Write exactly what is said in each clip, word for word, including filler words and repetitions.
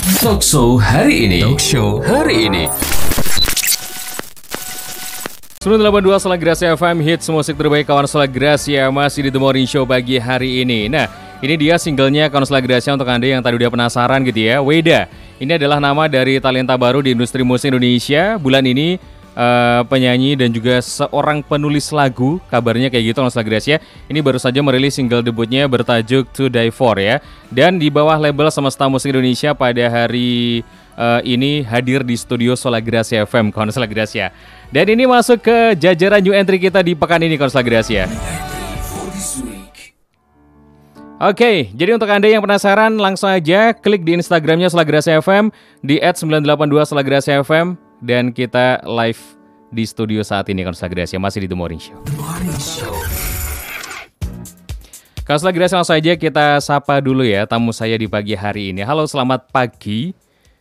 Talkshow hari ini. Talkshow hari ini. sembilan delapan dua Solar Gracia F M, hits musik terbaik kawan Solar Gracia masih di The Morning Show pagi hari ini. Nah, ini dia singlenya kawan Solar Gracia untuk Anda yang tadi udah penasaran gitu ya. Weda, ini adalah nama dari talenta baru di industri musik Indonesia. Bulan ini uh, penyanyi dan juga seorang penulis lagu, kabarnya kayak gitu kawan Solar Gracia. Ini baru saja merilis single debutnya bertajuk To Die For ya. Dan di bawah label Semesta Musik Indonesia pada hari uh, ini hadir di studio Solar Gracia F M kawan Solar Gracia. Dan ini masuk ke jajaran new entry kita di pekan ini kawan Solar Gracia. Oke, okay, jadi untuk Anda yang penasaran langsung aja klik di Instagramnya Solar Gracia F M di et sembilan delapan dua Solar Gracia F M dan kita live di studio saat ini kan Solar Gracia masih di The Morning Show. The Morning Show. Kalau Solar Gracia langsung aja kita sapa dulu ya tamu saya di pagi hari ini. Halo, selamat pagi.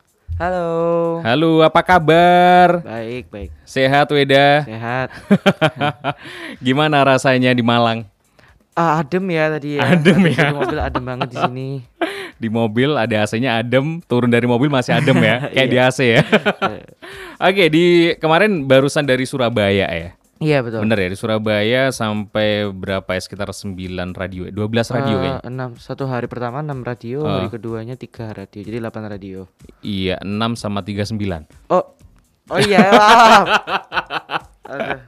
Halo. Halo, apa kabar? Baik, baik. Sehat Weda? Sehat. Gimana rasanya di Malang? Ah, adem ya tadi ya. Adem tadi ya. Di mobil adem banget di sini. Di mobil ada A C-nya adem, turun dari mobil masih adem ya, kayak di A C ya. Oke, di kemarin barusan dari Surabaya ya. Iya betul. Bener ya, di Surabaya sampai berapa ya, sekitar sembilan radio, dua belas radio uh, kayaknya. enam, satu hari pertama enam radio, uh. hari keduanya tiga radio, jadi delapan radio. Iya, enam sama tiga sembilan. Oh, oh iya. Aduh.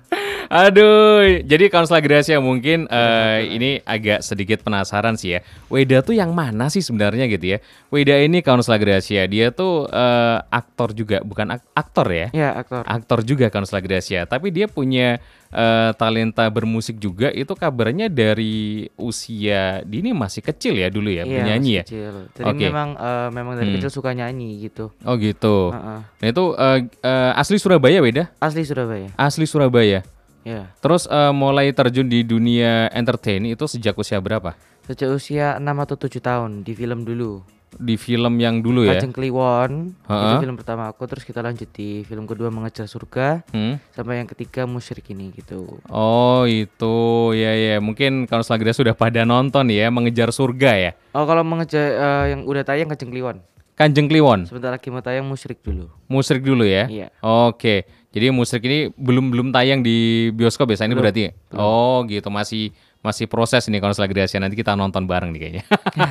Aduh, jadi kawan Solar Gracia mungkin uh, ini agak sedikit penasaran sih ya. Weda tuh yang mana sih sebenarnya gitu ya? Weda ini kawan Solar Gracia, dia tuh uh, aktor juga, bukan ak- aktor ya? Iya, aktor. Aktor juga kawan Solar Gracia, tapi dia punya uh, talenta bermusik juga. Itu kabarnya dari usia dini masih kecil ya dulu ya, iya, penyanyi ya? Kecil. Jadi okay. memang uh, memang dari hmm. kecil suka nyanyi gitu. Oh gitu. Uh-uh. Nah itu uh, uh, asli Surabaya Weda? Asli Surabaya. Asli Surabaya. Ya. Terus uh, mulai terjun di dunia entertain itu sejak usia berapa? Sejak usia enam atau tujuh tahun di film dulu. Di film yang dulu ya? Kajeng Kliwon, Ha-ha. itu film pertama aku. Terus kita lanjut di film kedua Mengejar Surga, hmm? sampai yang ketiga Musyrik ini gitu. Oh itu, ya ya. Mungkin kalau Solar Gracia sudah pada nonton ya, Mengejar Surga ya? Oh kalau mengejar uh, yang udah tayang Kajeng Kliwon. Kanjeng Kliwon? Sebentar lagi mau tayang Musyrik dulu. Musyrik dulu ya? Iya. Oke, jadi Musyrik ini belum belum tayang di bioskop ya? Ini berarti? Belum. Oh gitu, masih masih proses ini kalau Solar Gracia. Nanti kita nonton bareng nih kayaknya.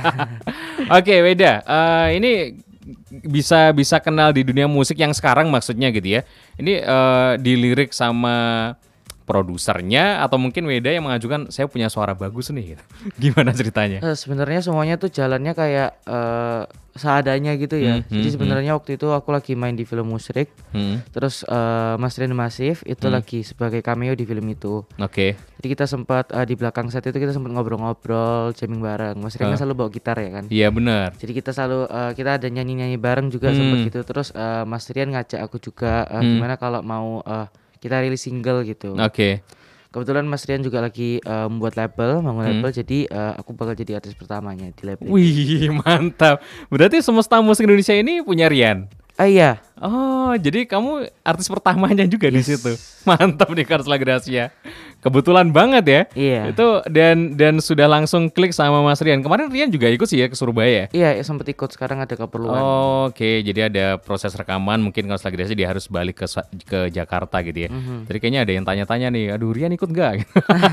Oke, Weda, uh, ini bisa bisa kenal di dunia musik yang sekarang maksudnya gitu ya? Ini uh, dilirik sama produsernya atau mungkin Weda yang mengajukan saya punya suara bagus nih gitu. Gimana ceritanya? Uh, sebenarnya semuanya tuh jalannya kayak uh, seadanya gitu ya. Hmm, Jadi hmm, sebenarnya hmm. waktu itu aku lagi main di film Musyrik. Hmm. Terus uh, Mas Rian Masif itu hmm. lagi sebagai cameo di film itu. Oke. Okay. Jadi kita sempat uh, di belakang set itu kita sempat ngobrol-ngobrol, jamming bareng. Mas Rian uh. kan selalu bawa gitar ya kan? Iya benar. Jadi kita selalu uh, kita ada nyanyi-nyanyi bareng juga hmm. sempat gitu. Terus uh, Mas Rian ngajak aku juga uh, hmm. gimana kalau mau uh, kita rilis single gitu. Oke. Okay. Kebetulan Mas Rian juga lagi uh, membuat label, bangun hmm. label, jadi uh, aku bakal jadi artis pertamanya di label. Wih, mantap. Berarti Semesta Musik Indonesia ini punya Rian? Ah iya. Oh, jadi kamu artis pertamanya juga yes. di situ. Mantap nih Kak Solar Gracia. Kebetulan banget ya. Iya. Itu dan dan sudah langsung klik sama Mas Rian. Kemarin Rian juga ikut sih ya ke Surabaya. Iya, ya, sempat ikut. Sekarang ada keperluan. Oh, oke, okay. Jadi ada proses rekaman. Mungkin Kak Solar Gracia dia harus balik ke ke Jakarta gitu ya. Mm-hmm. Jadi kayaknya ada yang tanya-tanya nih. Aduh, Rian ikut nggak? Oke,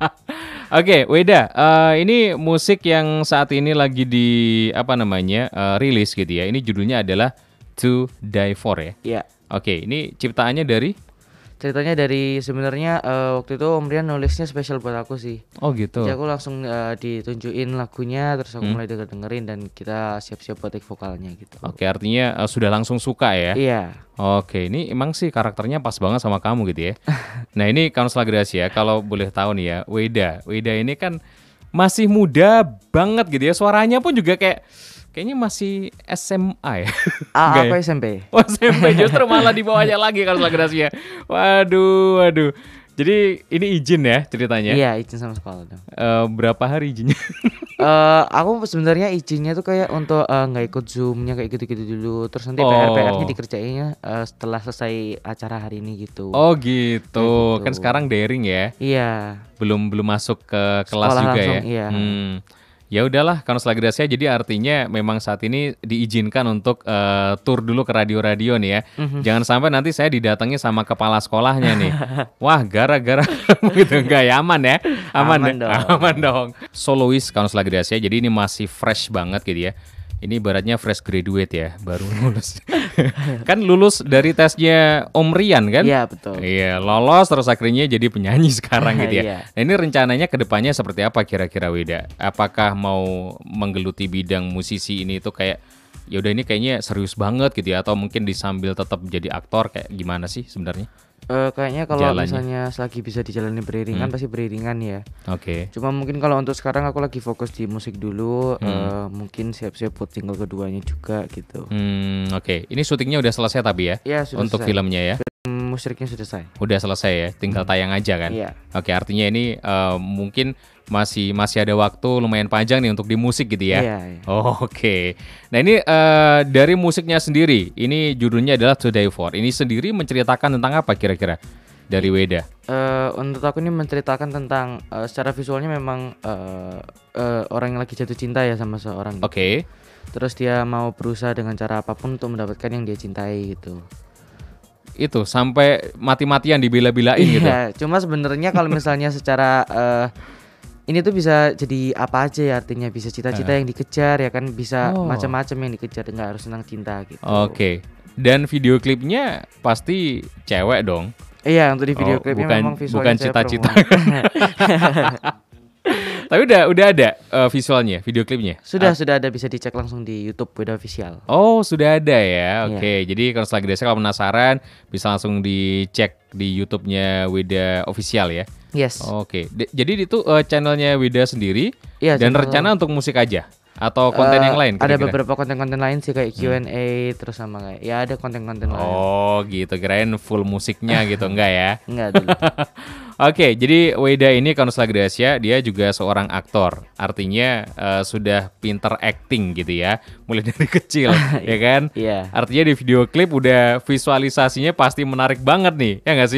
okay, Weda. Uh, ini musik yang saat ini lagi di apa namanya uh, rilis gitu ya. Ini judulnya adalah To Die For ya. Iya. Oke, okay, ini ciptaannya dari? Ceritanya dari sebenarnya uh, waktu itu Om Rian nulisnya spesial buat aku sih. Oh gitu. Jadi aku langsung uh, ditunjukin lagunya, terus aku hmm. mulai denger dengerin dan kita siap-siap buat take vokalnya gitu. Oke, artinya uh, sudah langsung suka ya? Iya. Oke, ini emang sih karakternya pas banget sama kamu gitu ya. Nah ini kawan Solar Gracia, kalau boleh tahu nih ya, Weda, Weda ini kan masih muda banget gitu ya, suaranya pun juga kayak kayaknya masih S M A ya. Ah, apa ya? S M P? Oh, S M P justru malah di bawahnya lagi kan Solar Gracia. Waduh, waduh. Jadi ini izin ya ceritanya? Iya, izin sama sekolah dong. Uh, berapa hari izinnya? uh, aku sebenarnya izinnya tuh kayak untuk nggak uh, ikut zoomnya kayak gitu-gitu dulu. Terus nanti oh. P R P R-nya dikerjainnya uh, setelah selesai acara hari ini gitu. Oh gitu. gitu. Kan sekarang daring ya? Iya. Belum belum masuk ke kelas sekolah juga langsung, ya? Iya. Hmm. ya udahlah Kanos La Gracia, jadi artinya memang saat ini diizinkan untuk uh, tur dulu ke radio-radio nih ya. Mm-hmm. Jangan sampai nanti saya didatangi sama kepala sekolahnya nih. Wah, gara-gara gitu enggak ya, aman ya? Aman, aman dong. Aman dong. Solois Kanos La Gracia, jadi ini masih fresh banget gitu ya. Ini ibaratnya fresh graduate ya, baru lulus. Kan lulus dari tesnya Om Rian kan? Iya, betul. Iya, lolos terus akhirnya jadi penyanyi sekarang gitu ya. Iya. Nah, ini rencananya ke depannya seperti apa kira-kira Weda? Apakah mau menggeluti bidang musisi ini tuh kayak ya udah ini kayaknya serius banget gitu ya, atau mungkin disambil tetap jadi aktor, kayak gimana sih sebenarnya? Uh, kayaknya kalau misalnya selagi bisa dijalani beriringan hmm. pasti beriringan ya. Oke. Okay. Cuma mungkin kalau untuk sekarang aku lagi fokus di musik dulu, hmm. uh, mungkin siap-siap buat single keduanya juga gitu. Hmm, oke. Okay. Ini syutingnya udah selesai tapi ya? Iya, sudah untuk selesai. Filmnya ya? Film musiknya sudah selesai. Udah selesai ya, tinggal hmm. tayang aja kan? Iya. Oke, okay, artinya ini uh, mungkin masih masih ada waktu lumayan panjang nih untuk di musik gitu ya. Iya, iya. Oh, oke. Okay. Nah, ini uh, dari musiknya sendiri, ini judulnya adalah To Die For. Ini sendiri menceritakan tentang apa kira-kira dari Weda? Uh, untuk aku ini menceritakan tentang uh, secara visualnya memang uh, uh, orang yang lagi jatuh cinta ya sama seorang. Oke. Okay. Terus dia mau berusaha dengan cara apapun untuk mendapatkan yang dia cintai gitu. Itu sampai mati-matian dibela-belain gitu. Iya, cuma sebenarnya kalau misalnya secara uh, ini tuh bisa jadi apa aja ya, artinya bisa cita-cita uh. yang dikejar ya kan, bisa oh. macam-macam yang dikejar, nggak harus tentang cinta gitu. Oke. Okay. Dan video klipnya pasti cewek dong. Iya, untuk di video oh, klipnya bukan, memang visualnya bukan cita-cita. Tapi udah udah ada uh, visualnya, video klipnya. Sudah ah. sudah ada, bisa dicek langsung di YouTube Weda Official. Oh, sudah ada ya. Oke, okay. Iya. Jadi kalau lagi desa kalau penasaran bisa langsung dicek di YouTube-nya Weda Official ya. Yes. Oke. Okay. Jadi itu uh, channelnya Weda sendiri. Iya, dan channel... rencana untuk musik aja atau konten uh, yang lain kira-kira? Ada beberapa konten-konten lain sih kayak Q and A hmm. terus sama kayak ya ada konten-konten lain. Oh, gitu. Kirain full musiknya gitu, enggak ya? Enggak dulu. Oke, okay, jadi Weda ini Kanos La Gracia, dia juga seorang aktor. Artinya uh, sudah pinter acting gitu ya, mulai dari kecil, ya kan? Iya. Yeah. Artinya di video klip udah visualisasinya pasti menarik banget nih, ya nggak sih?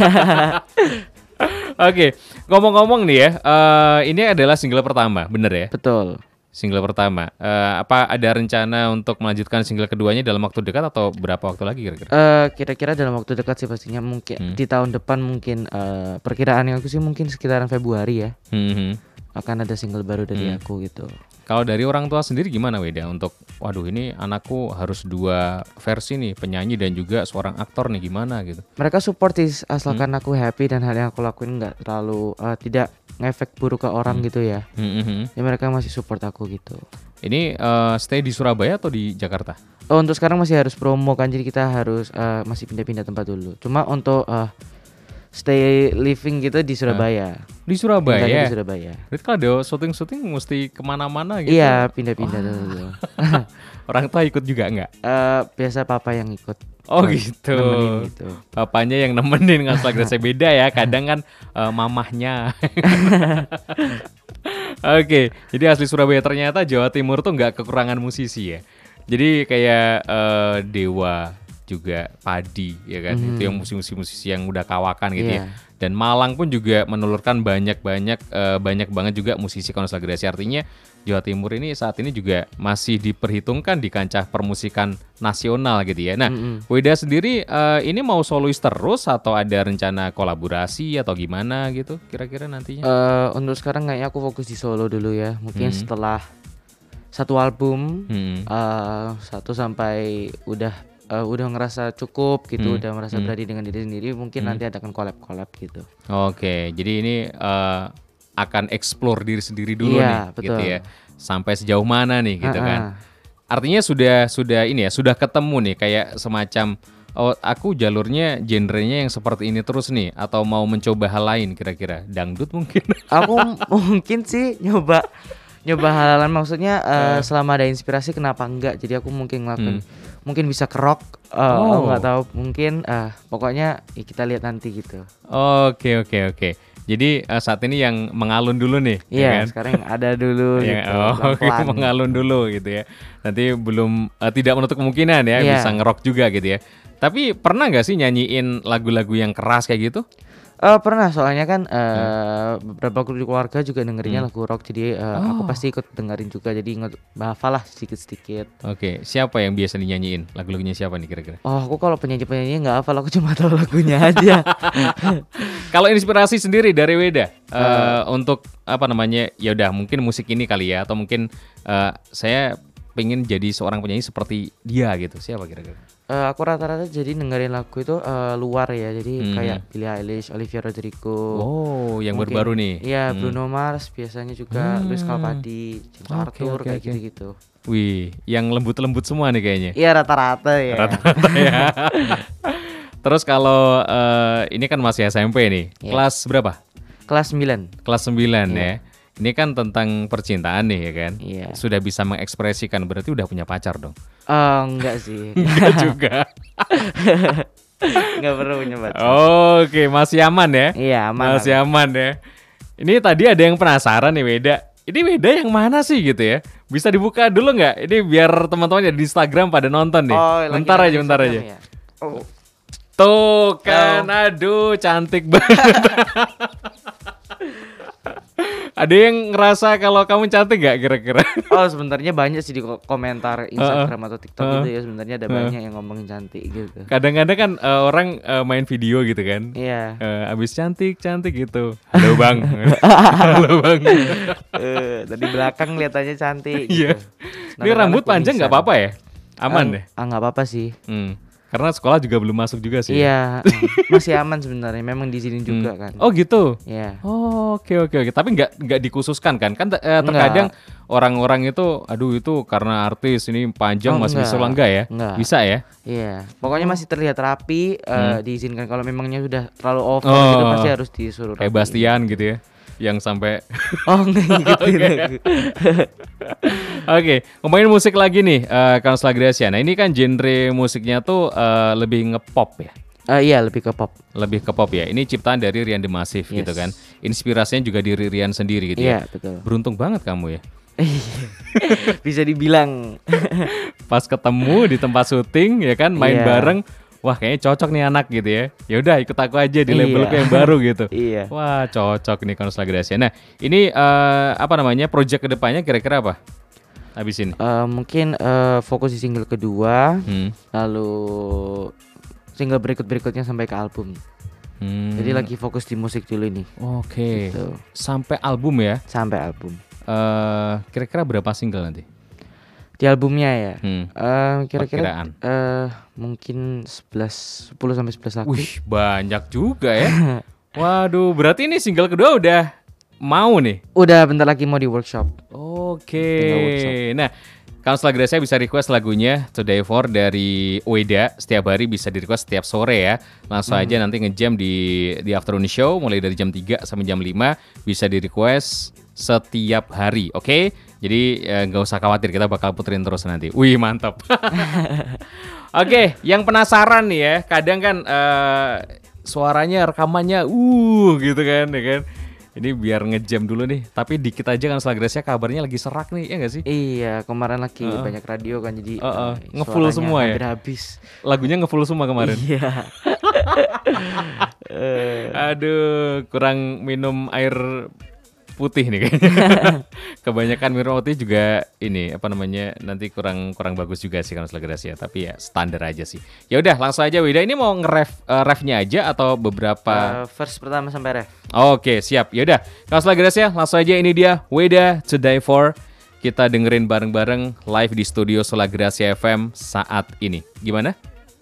Oke, okay, ngomong-ngomong nih ya, uh, ini adalah single pertama, bener ya? Betul. Single pertama, uh, apa ada rencana untuk melanjutkan single keduanya dalam waktu dekat atau berapa waktu lagi kira-kira? Uh, kira-kira dalam waktu dekat sih pastinya, mungkin hmm. di tahun depan mungkin uh, perkiraan yang aku sih mungkin sekitaran Februari ya. Hmm. Akan ada single baru dari hmm. aku gitu. Kalau dari orang tua sendiri gimana Weda untuk, waduh ini anakku harus dua versi nih, penyanyi dan juga seorang aktor nih, gimana gitu? Mereka support sih asalkan hmm. aku happy dan hal yang aku lakuin nggak terlalu uh, tidak ngefek buruk ke orang hmm. gitu ya. Hmm. Ya mereka masih support aku gitu. Ini uh, stay di Surabaya atau di Jakarta? Oh, untuk sekarang masih harus promo kan, jadi kita harus uh, masih pindah-pindah tempat dulu. Cuma untuk uh, stay living gitu di Surabaya. Uh, di Surabaya? Di Surabaya. Berarti kalau ada syuting-syuting mesti kemana-mana gitu? Iya, pindah-pindah oh. dulu. Orang tua ikut juga nggak? Uh, biasa papa yang ikut. Oh gitu. gitu. Papanya yang nemenin, nggak selagi saya beda ya. Kadang kan uh, mamahnya. Oke, okay, jadi asli Surabaya, ternyata Jawa Timur tuh nggak kekurangan musisi ya. Jadi kayak uh, Dewa juga, Padi ya kan, hmm. itu yang musisi-musisi yang udah kawakan gitu yeah. ya. Dan Malang pun juga menelurkan banyak-banyak uh, banyak banget juga musisi Kanos La Gracia. Artinya Jawa Timur ini saat ini juga masih diperhitungkan di kancah permusikan nasional gitu ya. Nah, mm-hmm. Weda sendiri uh, ini mau solois terus atau ada rencana kolaborasi atau gimana gitu kira-kira nantinya? Uh, untuk sekarang kayaknya aku fokus di solo dulu ya. Mungkin hmm. setelah satu album hmm. uh, satu sampai udah Uh, udah ngerasa cukup gitu, hmm. udah merasa hmm. berani dengan diri sendiri, mungkin hmm. nanti ada akan collab-collab gitu. Oke, jadi ini uh, akan explore diri sendiri dulu iya, nih, betul. gitu ya. Sampai sejauh mana nih, gitu uh-uh. kan? Artinya sudah sudah ini ya, sudah ketemu nih kayak semacam oh aku jalurnya genrenya yang seperti ini terus nih, atau mau mencoba hal lain kira-kira? Dangdut mungkin? Aku mungkin sih nyoba nyoba hal lain, maksudnya uh, uh. selama ada inspirasi kenapa enggak? Jadi aku mungkin ngelakuin hmm. mungkin bisa ke rock, uh, oh. nggak tahu, mungkin uh, pokoknya ya kita lihat nanti gitu. Oke oke oke. Jadi uh, saat ini yang mengalun dulu nih. Iya, ya kan? Sekarang yang ada dulu gitu. Oh, okay, mengalun dulu gitu ya. Nanti belum uh, tidak menutup kemungkinan ya yeah. bisa ngerock juga gitu ya. Tapi pernah nggak sih nyanyiin lagu-lagu yang keras kayak gitu? Uh, pernah soalnya kan uh, hmm. beberapa keluarga juga dengerinnya hmm. lagu rock, jadi uh, oh. aku pasti ikut dengerin juga, jadi inget hafal lah sedikit-sedikit. Oke, okay. Siapa yang biasa dinyanyiin? Lagu-lagunya siapa nih kira-kira? Oh, aku kalau penyanyi-penyanyi nggak hafal, aku cuma tahu lagunya aja. Kalau inspirasi sendiri dari Weda uh, uh, untuk apa namanya? Ya udah mungkin musik ini kali ya, atau mungkin uh, saya pengen jadi seorang penyanyi seperti dia gitu. Siapa kira-kira? Uh, aku rata-rata jadi dengerin lagu itu uh, luar ya, jadi hmm. kayak Billie Eilish, Olivia Rodrigo. Oh, yang mungkin, baru-baru nih. Iya, hmm. Bruno Mars biasanya juga, hmm. Luis Capaldi, James okay, Arthur okay, kayak okay. gitu-gitu. Wih, yang lembut-lembut semua nih kayaknya. Iya, rata-rata ya. Rata-rata ya. Terus kalau uh, ini kan masih S M P nih. Yeah. Kelas berapa? Kelas sembilan. Kelas sembilan yeah. ya. Ini kan tentang percintaan nih ya kan. Iya. Sudah bisa mengekspresikan, berarti udah punya pacar dong. Uh, enggak sih. Enggak juga. Enggak perlu punya pacar. Oh, Oke, okay. masih aman ya? Iya, aman. Masih aman ya. Ini tadi ada yang penasaran nih Weda. Ini Weda yang mana sih gitu ya? Bisa dibuka dulu nggak? Ini biar teman-teman di Instagram pada nonton nih. Oh, bentar aja, bentar aja. Ya? Oh. Tuh kan, oh. aduh cantik banget. Ada yang ngerasa kalau kamu cantik gak kira-kira? Oh sebenarnya banyak sih di komentar Instagram uh, atau TikTok uh, gitu ya, sebenarnya ada uh, banyak yang ngomongin cantik gitu. Kadang-kadang kan uh, orang uh, main video gitu kan. Iya. Uh, abis cantik-cantik gitu. Halo bang. Halo bang. uh, Dari belakang kelihatannya cantik. Iya. Gitu. Ini rambut panjang nggak apa-apa ya? Aman uh, deh. Ah nggak apa-apa sih. Hmm. Karena sekolah juga belum masuk juga sih. Iya, masih aman sebenarnya. Memang di sini juga hmm. kan. Oh gitu. Iya. Oh oke oke oke. Tapi nggak nggak dikhususkan kan? Kan eh, terkadang enggak. Orang-orang itu, aduh itu karena artis ini panjang oh, masih bisa enggak ya? Enggak. Bisa ya? Iya. Pokoknya masih terlihat rapi, hmm. uh, diizinkan. Kalau memangnya sudah terlalu over oh. gitu pasti harus disuruh. Kayak Bastian gitu ya? Yang sampai oh enggak ngikutin aku. Oke, ngomongin musik lagi nih, uh, Kansla Gracia. Nah ini kan genre musiknya tuh uh, lebih ngepop ya? Uh, iya lebih ke pop. Lebih ke pop ya. Ini ciptaan dari Rian The Massive yes. gitu kan. Inspirasinya juga dari Rian sendiri gitu iya, ya. Betul. Beruntung banget kamu ya. Bisa dibilang. Pas ketemu di tempat syuting ya kan, main yeah. bareng. Wah kayaknya cocok nih anak gitu ya. Ya udah ikut aku aja di label iya. yang baru gitu. Iya. Wah cocok nih Kansla Gracia. Nah ini uh, apa namanya project kedepannya kira-kira apa? Habis ini? Uh, mungkin uh, fokus di single kedua, hmm. lalu single berikut-berikutnya sampai ke album. Hmm. Jadi lagi fokus di musik dulu ini. Oke. Okay. Gitu. Sampai album ya? Sampai album. Uh, kira-kira berapa single nanti? Di albumnya ya, hmm. uh, kira-kira uh, mungkin sebelas, sepuluh sampai sebelas lagu. Wih, banyak juga ya. Waduh, berarti ini single kedua udah mau nih? Udah bentar lagi mau di workshop. Oke. Okay. Nah, Kansla Gracia bisa request lagunya Today For dari Weda. Setiap hari bisa di request setiap sore ya. Langsung hmm. aja nanti ngejam di di afternoon show mulai dari jam tiga sampai jam lima bisa di request setiap hari. Oke? Okay? Jadi nggak eh, usah khawatir, kita bakal puterin terus nanti. Wih mantap. Oke, okay, yang penasaran nih ya, kadang kan uh, suaranya rekamannya, uh gitu kan, ya kan. Ini biar ngejam dulu nih. Tapi dikit aja kan Kansla Gracia kabarnya lagi serak nih, ya nggak sih? Iya, kemarin lagi uh, nggak radio kan, jadi uh, uh, ngefull semua ya. Habis. Lagunya ngefull semua kemarin. Iya. Aduh, kurang minum air putih nih kayaknya. Kebanyakan minum putih juga ini apa namanya nanti kurang kurang bagus juga sih Kansla Gracia, tapi ya standar aja sih. Ya udah langsung aja Weda, ini mau nge-ref uh, refnya aja atau beberapa uh, verse pertama sampai ref. Oke, siap. Ya udah Kansla Gracia langsung aja, ini dia Weda To Die For. Kita dengerin bareng-bareng live di studio Sola Gracia F M saat ini. Gimana?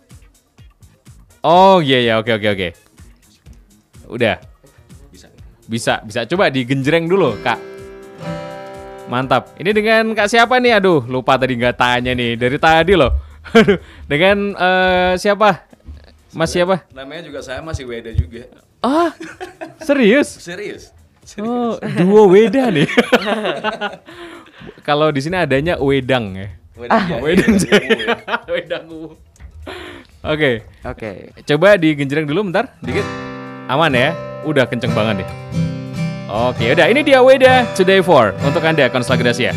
Oh iya yeah, ya, yeah, oke okay, oke okay, oke. Okay. Udah. Bisa, bisa. Coba digenjreng dulu, Kak. Mantap. Ini dengan Kak siapa nih? Aduh, lupa tadi nggak tanya nih. Dari tadi loh. Aduh, dengan uh, siapa? Mas siapa? Namanya juga saya masih Weda juga. Ah, serius? Serius. Serius. Oh, duo Weda nih. Kalau di sini adanya Wedang ya. Wedang, ah, ya, Wedang. Ya. Wedang. Oke. Oke. Coba digenjreng dulu bentar, dikit. Aman ya? Udah kenceng banget nih. Oke, udah ini dia Weda To Die For untuk Anda Kansla Gracia.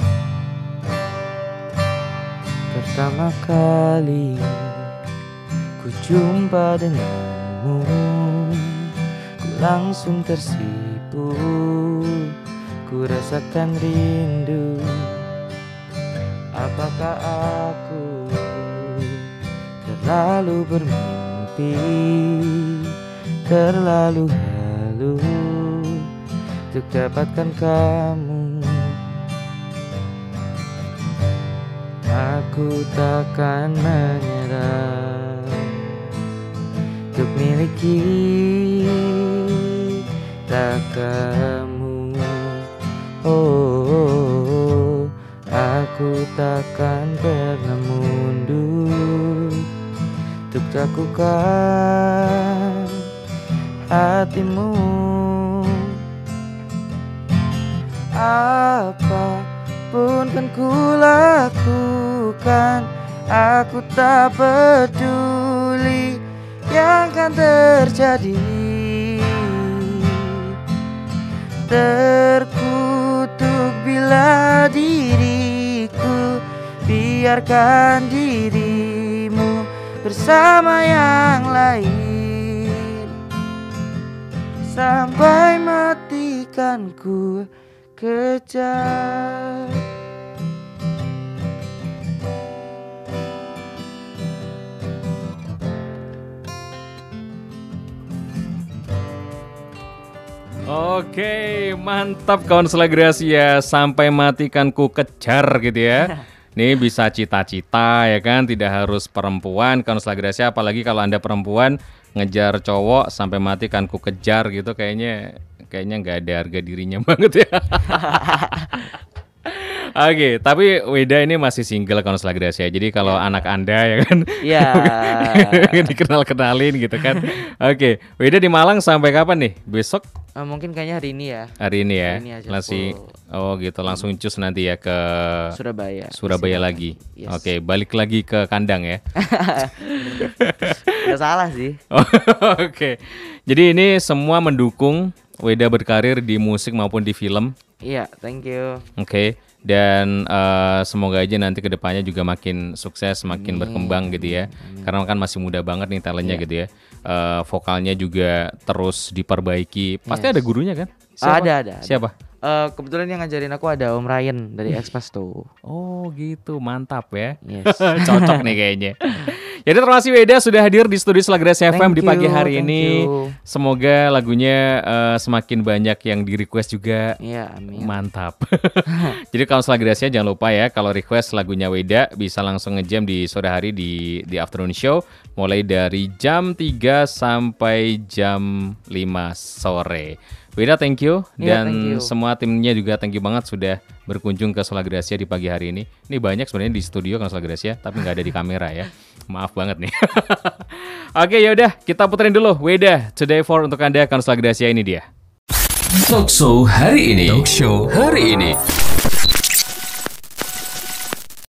Pertama kali ku jumpa denganmu, ku langsung tersipu, ku rasakan rindu. Apakah aku terlalu bermimpi, terlalu halu untuk dapatkan kamu? Aku takkan menyerah untuk miliki tak kamu. Oh, oh, oh, aku takkan pernah mundur untuk takutkan hatimu. Apapun kan ku lakukan, aku tak peduli yang akan terjadi. Terkutuk bila diriku biarkan dirimu bersama yang lain, sampai matikan ku kejar. Oke, mantap kawan Selagi Gracia, sampai matikan ku kejar gitu ya. Nih bisa cita-cita ya kan, tidak harus perempuan kawan Selagi Gracia, apalagi kalau Anda perempuan ngejar cowok sampai matikan ku kejar gitu, kayaknya kayaknya nggak ada harga dirinya banget ya. Oke, tapi Weda ini masih single kawan Selagi Gracia. Jadi kalau ya. Anak Anda ya kan, ya dikenal-kenalin gitu kan. Oke, Weda di Malang sampai kapan nih? Besok? Uh, mungkin kayaknya hari ini ya. Hari ini ya. Hari ini aja Masih oh gitu, langsung cus nanti ya ke Surabaya. Surabaya lagi. Yes. Oke, balik lagi ke kandang ya. Gak salah sih. Oh, oke. Jadi ini semua mendukung Weda berkarir di musik maupun di film. Iya, thank you. Oke. Dan uh, semoga aja nanti kedepannya juga makin sukses, makin Amin. berkembang gitu ya. Amin. Karena kan masih muda banget nih talentnya yeah. gitu ya. Uh, vokalnya juga terus diperbaiki. Pasti yes. ada gurunya kan? Siapa? Ada, ada. Siapa? Uh, kebetulan yang ngajarin aku ada Om Ryan dari Express tuh. Oh gitu, mantap ya. Yes. Cocok nih kayaknya. Jadi terima kasih Weda sudah hadir di studio Selagi Gracia F M di pagi hari ini. You. Semoga lagunya uh, semakin banyak yang di request juga. Iya, amin. Mantap. Jadi kalau Selagi Gracia jangan lupa ya, kalau request lagunya Weda bisa langsung ngejam di sore hari di di afternoon show mulai dari jam tiga sampai jam lima sore. Weda thank you yeah, dan thank you. Semua timnya juga thank you banget sudah berkunjung ke Selagi Gracia di pagi hari ini. Ini banyak sebenarnya di studio kan Selagi Gracia, tapi nggak ada di kamera ya. Maaf banget nih. Oke yaudah kita puterin dulu Weda Today for untuk Anda kan Selagi Gracia, ini dia. Talk show hari ini. Talk show hari ini.